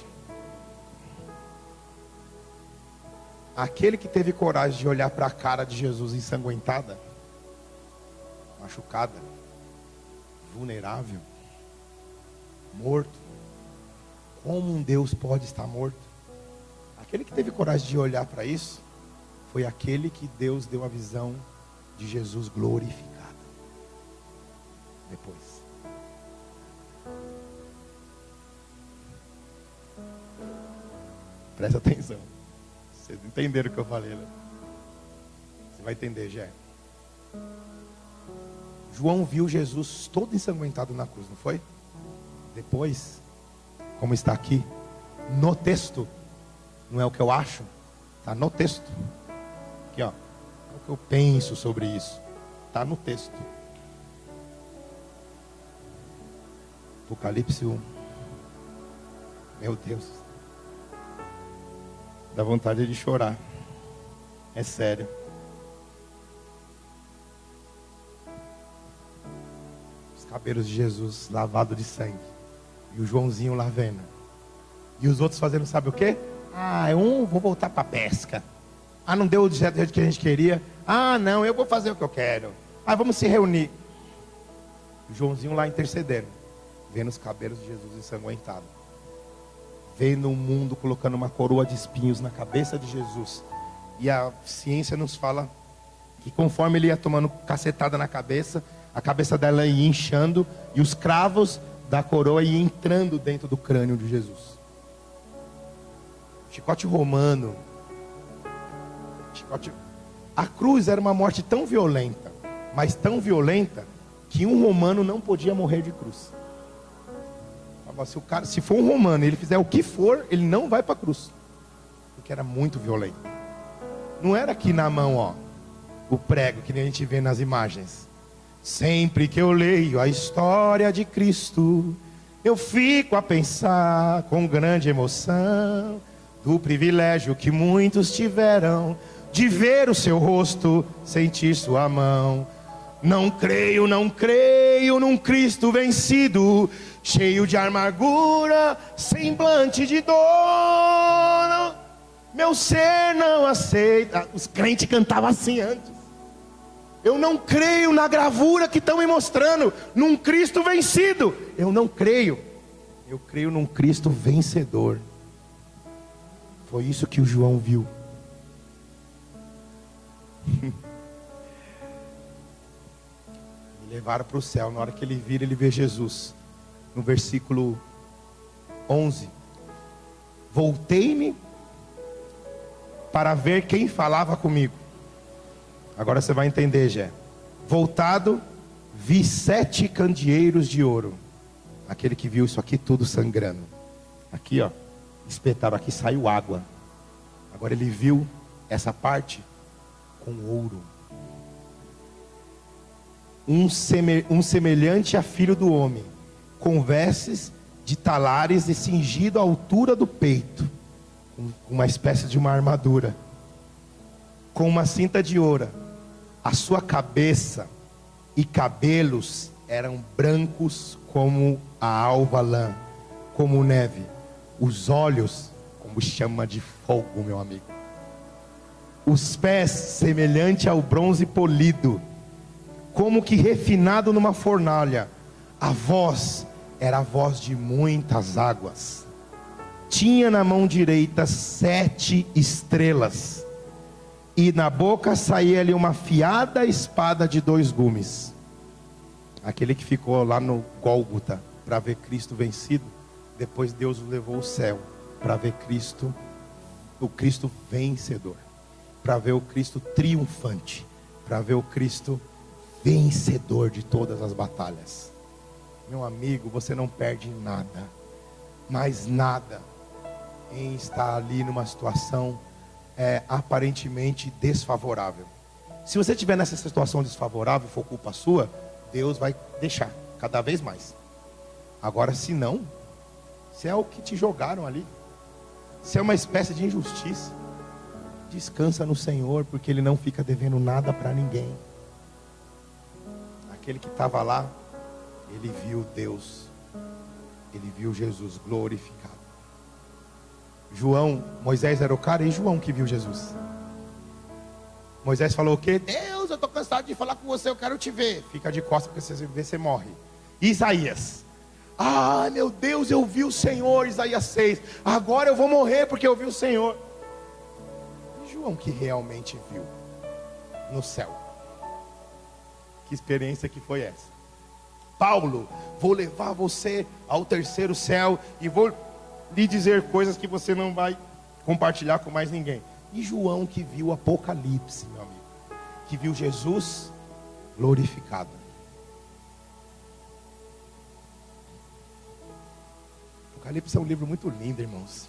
Aquele que teve coragem de olhar para a cara de Jesus ensanguentada, machucada, vulnerável, morto. Como um Deus pode estar morto? Aquele que teve coragem de olhar para isso, foi aquele que Deus deu a visão de Jesus glorificado. Depois. Presta atenção. Vocês entenderam o que eu falei, né? Você vai entender, Jé. João viu Jesus todo ensanguentado na cruz, não foi? Depois, como está aqui, no texto, não é o que eu acho, está no texto. Aqui, ó, é o que eu penso sobre isso. Está no texto. Apocalipse 1. Meu Deus. Dá vontade de chorar. É sério. Os cabelos de Jesus lavados de sangue. E o Joãozinho lá vendo. E os outros fazendo sabe o quê? Ah, vou voltar para a pesca. Ah, não deu do jeito que a gente queria. Ah, não, eu vou fazer o que eu quero. Ah, vamos se reunir. O Joãozinho lá intercedendo. Vendo os cabelos de Jesus ensanguentados. Vendo o mundo colocando uma coroa de espinhos na cabeça de Jesus. E a ciência nos fala que conforme ele ia tomando cacetada na cabeça, a cabeça dela ia inchando e os cravos da coroa iam entrando dentro do crânio de Jesus. Chicote romano. A cruz era uma morte tão violenta, mas tão violenta, que um romano não podia morrer de cruz. Se for um romano e ele fizer o que for, ele não vai para a cruz, porque era muito violento. Não era aqui na mão, ó, o prego que nem a gente vê nas imagens. Sempre que eu leio a história de Cristo, eu fico a pensar com grande emoção do privilégio que muitos tiveram de ver o seu rosto, sentir sua mão. Não creio num Cristo vencido, cheio de amargura, semblante de dor. Meu ser não aceita. Os crentes cantavam assim antes. Eu não creio na gravura que estão me mostrando, num Cristo vencido. Eu não creio. Eu creio num Cristo vencedor. Foi isso que o João viu. Me levaram para o céu. Na hora que ele vira, ele vê Jesus. No versículo 11. Voltei-me para ver quem falava comigo. Agora você vai entender, Jé. Voltado, vi 7 candeeiros de ouro. Aquele que viu isso aqui tudo sangrando. Aqui, ó, espetaram, aqui saiu água. Agora ele viu essa parte com ouro. Um semelhante a filho do homem, com vestes de talares e cingido à altura do peito, com uma espécie de uma armadura. com uma cinta de ouro. A sua cabeça e cabelos eram brancos como a alva lã, como neve. Os olhos como chama de fogo, meu amigo. Os pés semelhante ao bronze polido, como que refinado numa fornalha. A voz era a voz de muitas águas. Tinha na mão direita 7 estrelas, e na boca saía-lhe uma afiada espada de 2 gumes. Aquele que ficou lá no Gólgota para ver Cristo vencido, depois Deus o levou ao céu para ver Cristo, o Cristo vencedor, para ver o Cristo triunfante, para ver o Cristo vencedor de todas as batalhas. Meu amigo, você não perde nada, mas nada, em estar ali numa situação aparentemente desfavorável. Se você estiver nessa situação desfavorável, for culpa sua, Deus vai deixar cada vez mais. Agora, se não, se é o que te jogaram ali, se é uma espécie de injustiça, descansa no Senhor, porque Ele não fica devendo nada para ninguém. Aquele que estava lá, ele viu Deus, ele viu Jesus glorificado. Moisés era o cara, e João que viu Jesus. Moisés falou o quê? Deus, eu estou cansado de falar com você, eu quero te ver. Fica de costas, porque se você ver, você morre. Isaías, meu Deus, eu vi o Senhor. Isaías 6, agora eu vou morrer porque eu vi o Senhor. E João que realmente viu no céu. Que experiência que foi essa? Paulo, vou levar você ao 3º céu e vou lhe dizer coisas que você não vai compartilhar com mais ninguém. E João que viu o Apocalipse, meu amigo, que viu Jesus glorificado. Apocalipse é um livro muito lindo, irmãos.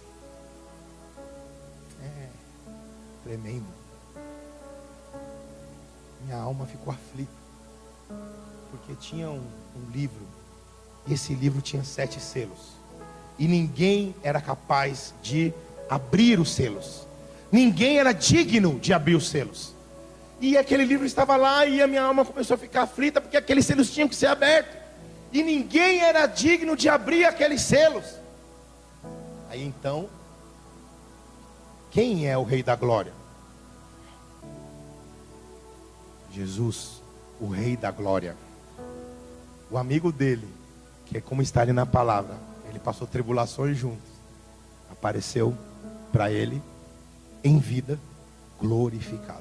É tremendo. Minha alma ficou aflita, porque tinha um livro, e esse livro tinha 7 selos, e ninguém era capaz de abrir os selos, ninguém era digno de abrir os selos, e aquele livro estava lá, e a minha alma começou a ficar aflita, porque aqueles selos tinham que ser abertos, e ninguém era digno de abrir aqueles selos. Aí então, quem é o Rei da Glória? Jesus, o Rei da Glória. O amigo dele, que é como está ali na palavra, ele passou tribulações juntos, apareceu para ele em vida glorificada,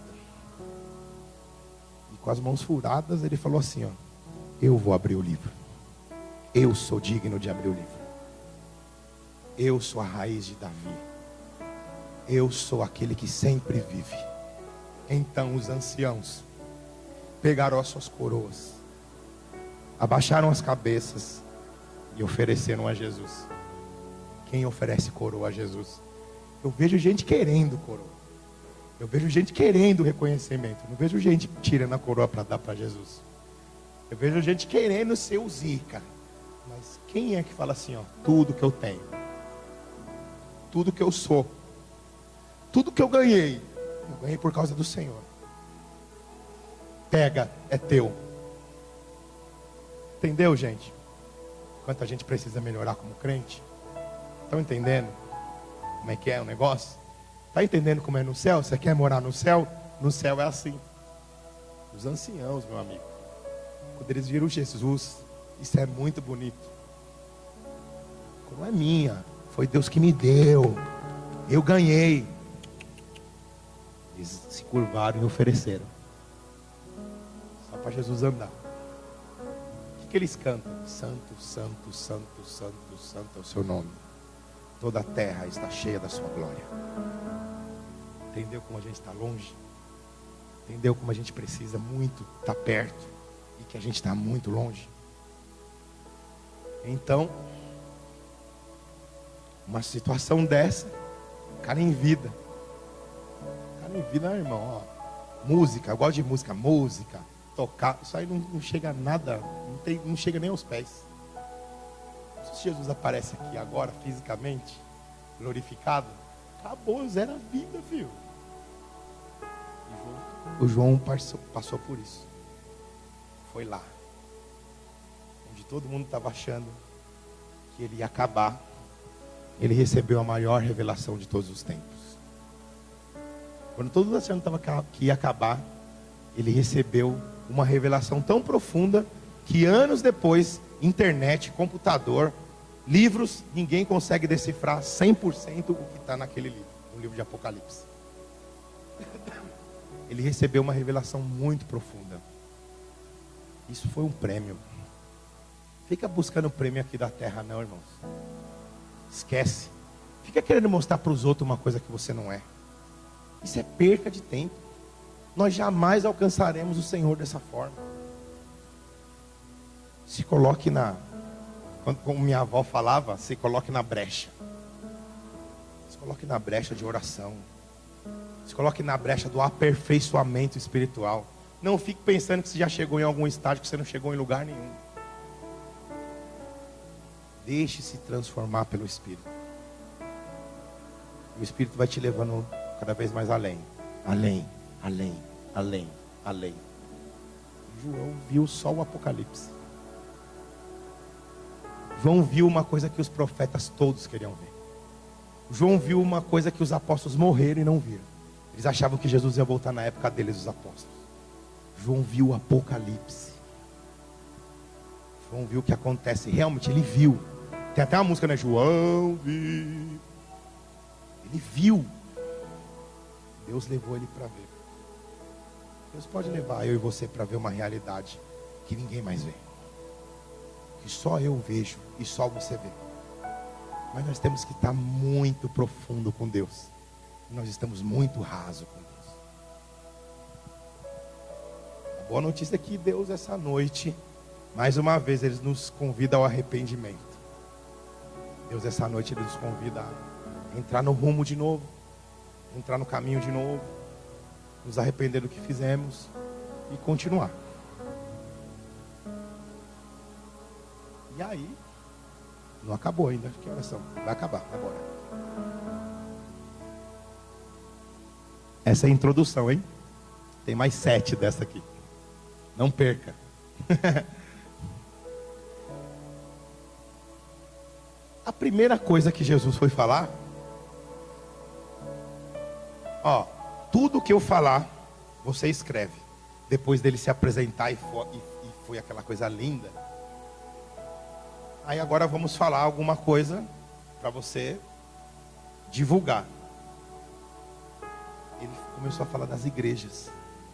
e com as mãos furadas ele falou assim, eu vou abrir o livro, eu sou digno de abrir o livro, eu sou a raiz de Davi, eu sou aquele que sempre vive. Então os anciãos pegaram as suas coroas, abaixaram as cabeças e ofereceram a Jesus. Quem oferece coroa a Jesus? Eu vejo gente querendo coroa, eu vejo gente querendo reconhecimento, eu não vejo gente tirando a coroa para dar para Jesus. Eu vejo gente querendo ser o zica. Mas quem é que fala assim, tudo que eu tenho, tudo que eu sou, tudo que eu ganhei por causa do Senhor. Pega, é teu. Entendeu, gente? Quanto a gente precisa melhorar como crente. Estão entendendo como é que é o negócio? Está entendendo como é no céu? Você quer morar no céu? No céu é assim. Os anciãos, meu amigo, quando eles viram Jesus, isso é muito bonito. Não é minha, foi Deus que me deu, eu ganhei. Eles se curvaram e ofereceram, só para Jesus andar. O que eles cantam? Santo, santo, santo, santo, santo é o seu nome, toda a terra está cheia da sua glória. Entendeu como a gente está longe? Entendeu como a gente precisa muito estar perto e que a gente está muito longe? Então, uma situação dessa, cara em vida, irmão, música, eu gosto de música, tocar, isso aí não chega a nada, não chega nem aos pés. Se Jesus aparece aqui agora, fisicamente, glorificado, acabou, zero a vida, filho. O João passou por isso. Foi lá, onde todo mundo estava achando que ele ia acabar. Ele recebeu a maior revelação de todos os tempos. Quando todo mundo achando que ia acabar, ele recebeu uma revelação tão profunda que anos depois, internet, computador, livros, ninguém consegue decifrar 100% o que está naquele livro, no livro de Apocalipse. Ele recebeu uma revelação muito profunda. Isso foi um prêmio. Fica buscando prêmio aqui da terra não, irmãos. Esquece. Fica querendo mostrar para os outros uma coisa que você não é. Isso é perca de tempo. Nós jamais alcançaremos o Senhor dessa forma. Se coloque como minha avó falava, se coloque na brecha. Se coloque na brecha de oração. Se coloque na brecha do aperfeiçoamento espiritual. Não fique pensando que você já chegou em algum estágio que você não chegou em lugar nenhum. Deixe-se transformar pelo Espírito. O Espírito vai te levando cada vez mais além. Além, além, além, além. João viu só o Apocalipse. João viu uma coisa que os profetas todos queriam ver. João viu uma coisa que os apóstolos morreram e não viram. Eles achavam que Jesus ia voltar na época deles, os apóstolos. João viu o Apocalipse. João viu o que acontece. Realmente, ele viu. Tem até uma música, né? João viu. Ele viu. Deus levou ele para ver. Deus pode levar eu e você para ver uma realidade que ninguém mais vê. Que só eu vejo e só você vê. Mas nós temos que estar muito profundo com Deus. Nós estamos muito raso com Deus. A boa notícia é que Deus, essa noite, mais uma vez, Ele nos convida ao arrependimento. Deus, essa noite, Ele nos convida a entrar no rumo de novo, entrar no caminho de novo, nos arrepender do que fizemos e continuar. E aí, não acabou ainda. Que horas são? Vai acabar agora. Essa é a introdução, hein? Tem mais 7 dessa aqui. Não perca. A primeira coisa que Jesus foi falar, tudo que eu falar, você escreve. Depois dele se apresentar e foi aquela coisa linda. Aí agora vamos falar alguma coisa para você divulgar. Ele começou a falar das igrejas.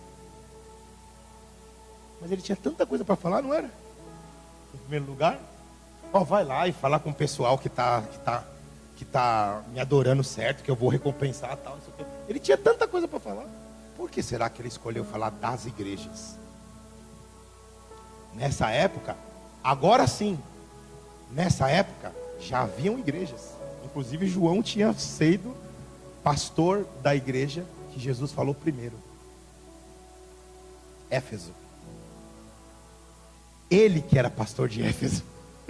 Mas ele tinha tanta coisa para falar, não era? Em primeiro lugar, vai lá e falar com o pessoal que tá me adorando certo, que eu vou recompensar tal, não sei o quê. Ele tinha tanta coisa para falar. Por que será que ele escolheu falar das igrejas? Nessa época, agora sim, nessa época já haviam igrejas. Inclusive João tinha sido pastor da igreja que Jesus falou primeiro. Éfeso. Ele que era pastor de Éfeso.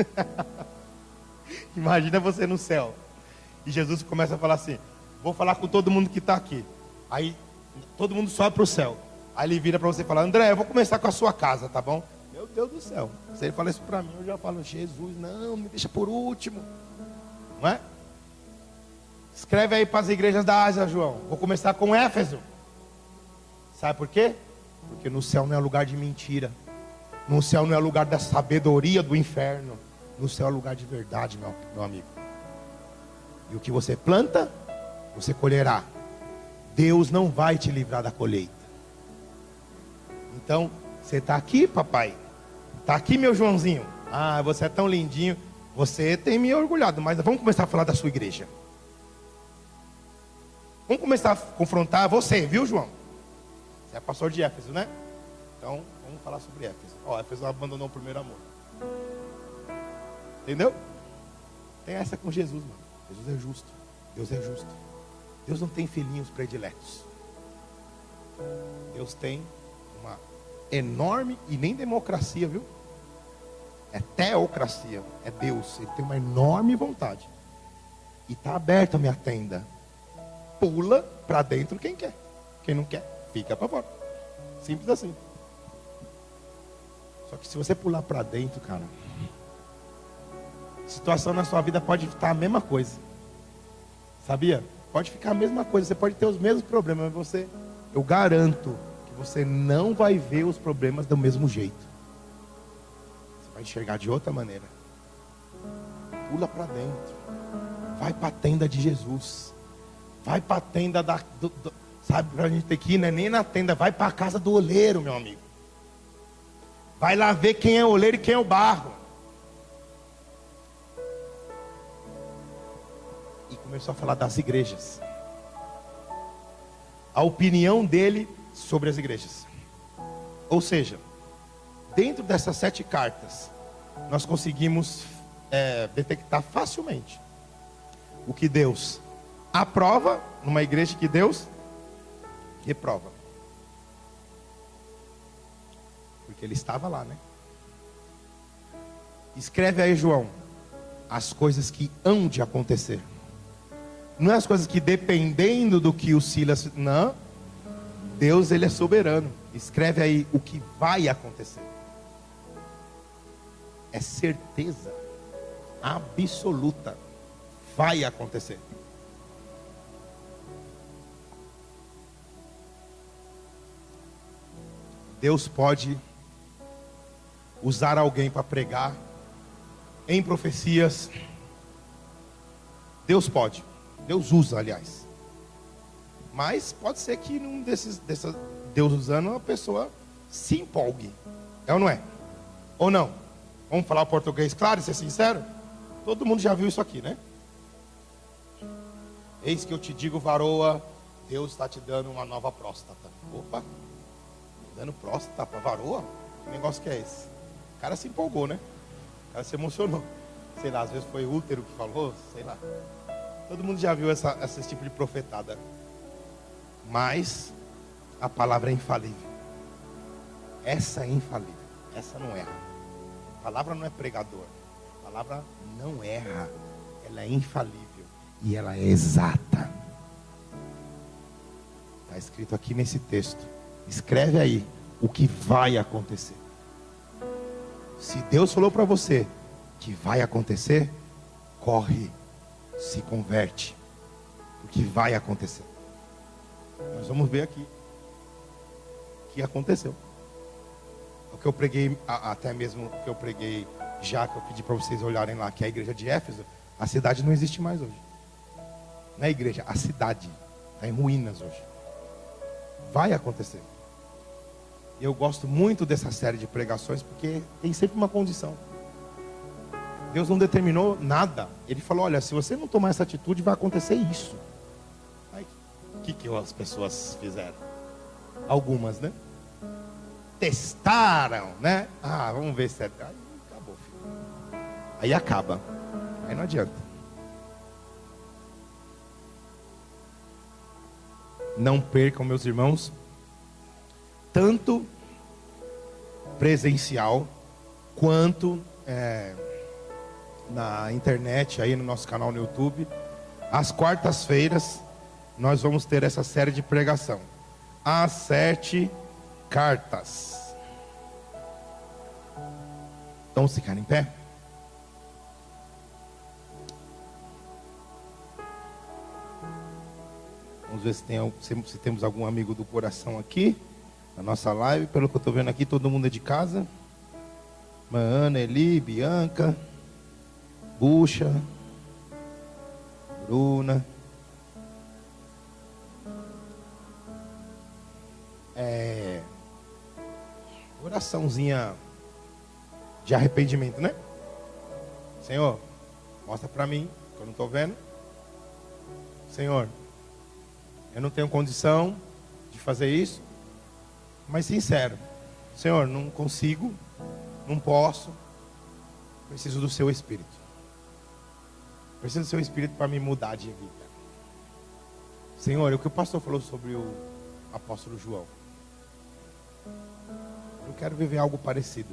Imagina você no céu. E Jesus começa a falar assim: vou falar com todo mundo que está aqui. Aí todo mundo sobe para o céu. Aí ele vira para você e fala: André, eu vou começar com a sua casa, tá bom? Meu Deus do céu. Se ele fala isso para mim, eu já falo: Jesus, não, me deixa por último. Não é? Escreve aí para as igrejas da Ásia, João. Vou começar com Éfeso. Sabe por quê? Porque no céu não é lugar de mentira. No céu não é lugar da sabedoria do inferno. No céu é lugar de verdade, meu amigo. E o que você planta, você colherá. Deus não vai te livrar da colheita. Então, você está aqui, papai? Está aqui, meu Joãozinho? Você é tão lindinho. Você tem me orgulhado, mas vamos começar a falar da sua igreja. Vamos começar a confrontar você, viu, João? Você é pastor de Éfeso, né? Então, vamos falar sobre Éfeso. Éfeso abandonou o primeiro amor. Entendeu? Tem essa com Jesus, mano. Jesus é justo. Deus é justo. Deus não tem filhinhos prediletos. Deus tem uma enorme, e nem democracia, viu? É teocracia. É Deus. Ele tem uma enorme vontade. E está aberta a minha tenda. Pula para dentro quem quer. Quem não quer, fica para fora. Simples assim. Só que se você pular para dentro, cara, a situação na sua vida pode estar a mesma coisa. Sabia? Pode ficar a mesma coisa. Você pode ter os mesmos problemas, mas eu garanto que você não vai ver os problemas do mesmo jeito. Você vai enxergar de outra maneira. Pula para dentro. Vai para a tenda de Jesus. Vai para a tenda sabe, para a gente ter que ir, não é nem na tenda. Vai para a casa do oleiro, meu amigo. Vai lá ver quem é o oleiro e quem é o barro. E começou a falar das igrejas. A opinião dele sobre as igrejas. Ou seja, dentro dessas 7 cartas, nós conseguimos detectar facilmente o que Deus aprova numa igreja que Deus reprova. Porque ele estava lá, né? Escreve aí, João, as coisas que hão de acontecer. Não é as coisas que dependendo do que o Silas... Não. Deus, ele é soberano. Escreve aí o que vai acontecer. É certeza absoluta. Vai acontecer. Deus pode usar alguém para pregar em profecias. Deus pode. Deus usa, aliás. Mas pode ser que num Deus usando, a pessoa se empolgue. É ou não é? Ou não? Vamos falar o português claro e ser sincero? Todo mundo já viu isso aqui, né? Eis que eu te digo, varoa, Deus está te dando uma nova próstata. Opa, dando próstata para varoa? Que negócio que é esse? O cara se empolgou, né? O cara se emocionou. Sei lá, às vezes foi o útero que falou, sei lá. Todo mundo já viu esse tipo de profetada. Mas a palavra é infalível. Essa é infalível. Essa não erra. A palavra não é pregador. A palavra não erra. Ela é infalível. E ela é exata. Está escrito aqui nesse texto. Escreve aí o que vai acontecer. Se Deus falou para você que vai acontecer, corre, se converte, porque vai acontecer. Nós vamos ver aqui o que aconteceu. O que eu preguei, até mesmo o que eu preguei já, que eu pedi para vocês olharem lá, que é a igreja de Éfeso, a cidade não existe mais hoje. Não é a igreja, a cidade está em ruínas hoje. Vai acontecer. E eu gosto muito dessa série de pregações, porque tem sempre uma condição. Deus não determinou nada. Ele falou, olha, se você não tomar essa atitude, vai acontecer isso. Aí, o que as pessoas fizeram? Algumas, né? Testaram, né? Ah, vamos ver se é... Aí acabou, filho. Aí acaba. Aí não adianta. Não percam, meus irmãos, tanto presencial quanto na internet, aí no nosso canal no YouTube. Às quartas-feiras nós vamos ter essa série de pregação, as 7 cartas. Vamos ficar em pé? Vamos ver se temos algum amigo do coração aqui na nossa live. Pelo que eu estou vendo aqui, todo mundo é de casa. Ana, Eli, Bianca, Bucha, Bruna. Oraçãozinha de arrependimento, né? Senhor, mostra para mim, que eu não estou vendo. Senhor, eu não tenho condição de fazer isso, mas sincero, Senhor, não consigo, não posso, preciso do seu Espírito. Preciso do seu Espírito para me mudar de vida. Senhor, é o que o pastor falou sobre o apóstolo João. Eu quero viver algo parecido.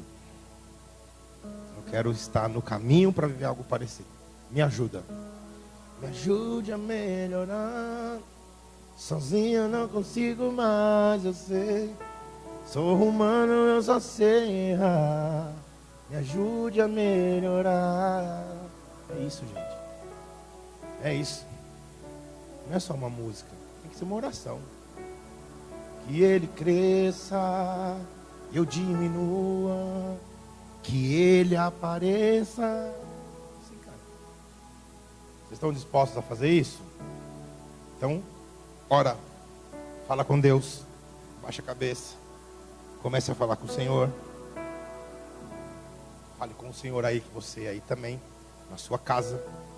Eu quero estar no caminho para viver algo parecido. Me ajuda. Me ajude a melhorar. Sozinho eu não consigo mais, eu sei. Sou humano, eu só sei errar. Me ajude a melhorar. É isso, gente. É isso. Não é só uma música, tem que ser uma oração. Que ele cresça, eu diminua. Que ele apareça. Sim, cara. Vocês estão dispostos a fazer isso? Então, ora, fala com Deus, baixa a cabeça, comece a falar com o Senhor. Fale com o Senhor aí, que você aí também, na sua casa.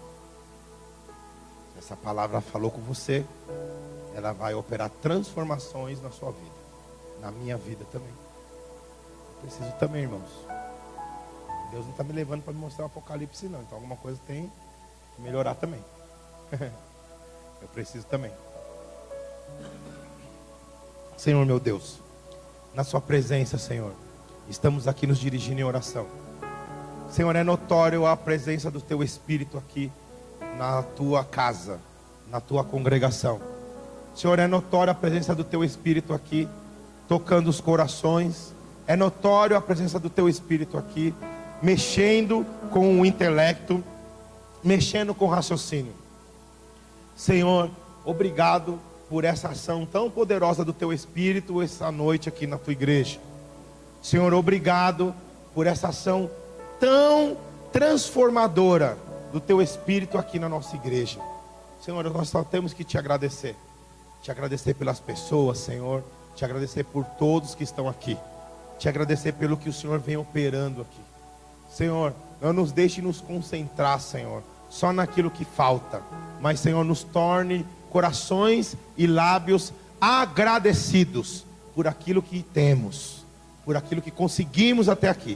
Se essa palavra falou com você, ela vai operar transformações na sua vida, na minha vida também. Eu preciso também, irmãos. Deus não está me levando para me mostrar o Apocalipse não, então alguma coisa tem que melhorar também. Eu preciso também. Senhor meu Deus, na sua presença, Senhor, estamos aqui nos dirigindo em oração. Senhor, é notório a presença do teu Espírito aqui na tua casa, na tua congregação. Senhor, é notório a presença do teu Espírito aqui, tocando os corações. É notório a presença do teu Espírito aqui, mexendo com o intelecto, mexendo com o raciocínio. Senhor, obrigado por essa ação tão poderosa do teu Espírito essa noite aqui na tua igreja. Senhor, obrigado por essa ação tão transformadora do teu Espírito aqui na nossa igreja. Senhor, nós só temos que te agradecer. Te agradecer pelas pessoas, Senhor. Te agradecer por todos que estão aqui. Te agradecer pelo que o Senhor vem operando aqui. Senhor, não nos deixe nos concentrar, Senhor, só naquilo que falta. Mas, Senhor, nos torne corações e lábios agradecidos por aquilo que temos, por aquilo que conseguimos até aqui.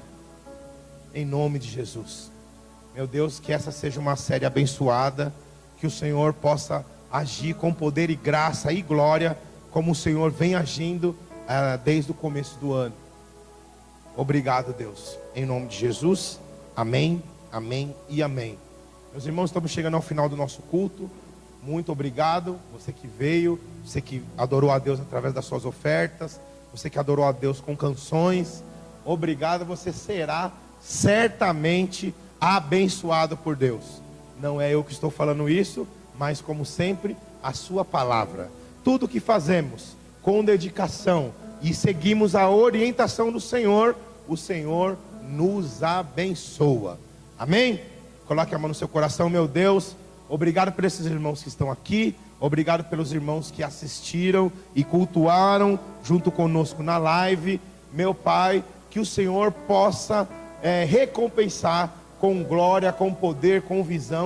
Em nome de Jesus. Meu Deus, que essa seja uma série abençoada, que o Senhor possa agir com poder e graça e glória, como o Senhor vem agindo desde o começo do ano. Obrigado, Deus. Em nome de Jesus. Amém, amém e amém. Meus irmãos, estamos chegando ao final do nosso culto. Muito obrigado, você que veio, você que adorou a Deus através das suas ofertas, você que adorou a Deus com canções. Obrigado, você será certamente abençoado por Deus. Não é eu que estou falando isso, mas como sempre, a sua palavra. Tudo que fazemos com dedicação e seguimos a orientação do Senhor, o Senhor nos abençoa. Amém? Coloque a mão no seu coração. Meu Deus, obrigado por esses irmãos que estão aqui. Obrigado pelos irmãos que assistiram e cultuaram junto conosco na live. Meu Pai, que o Senhor possa recompensar com glória, com poder, com visão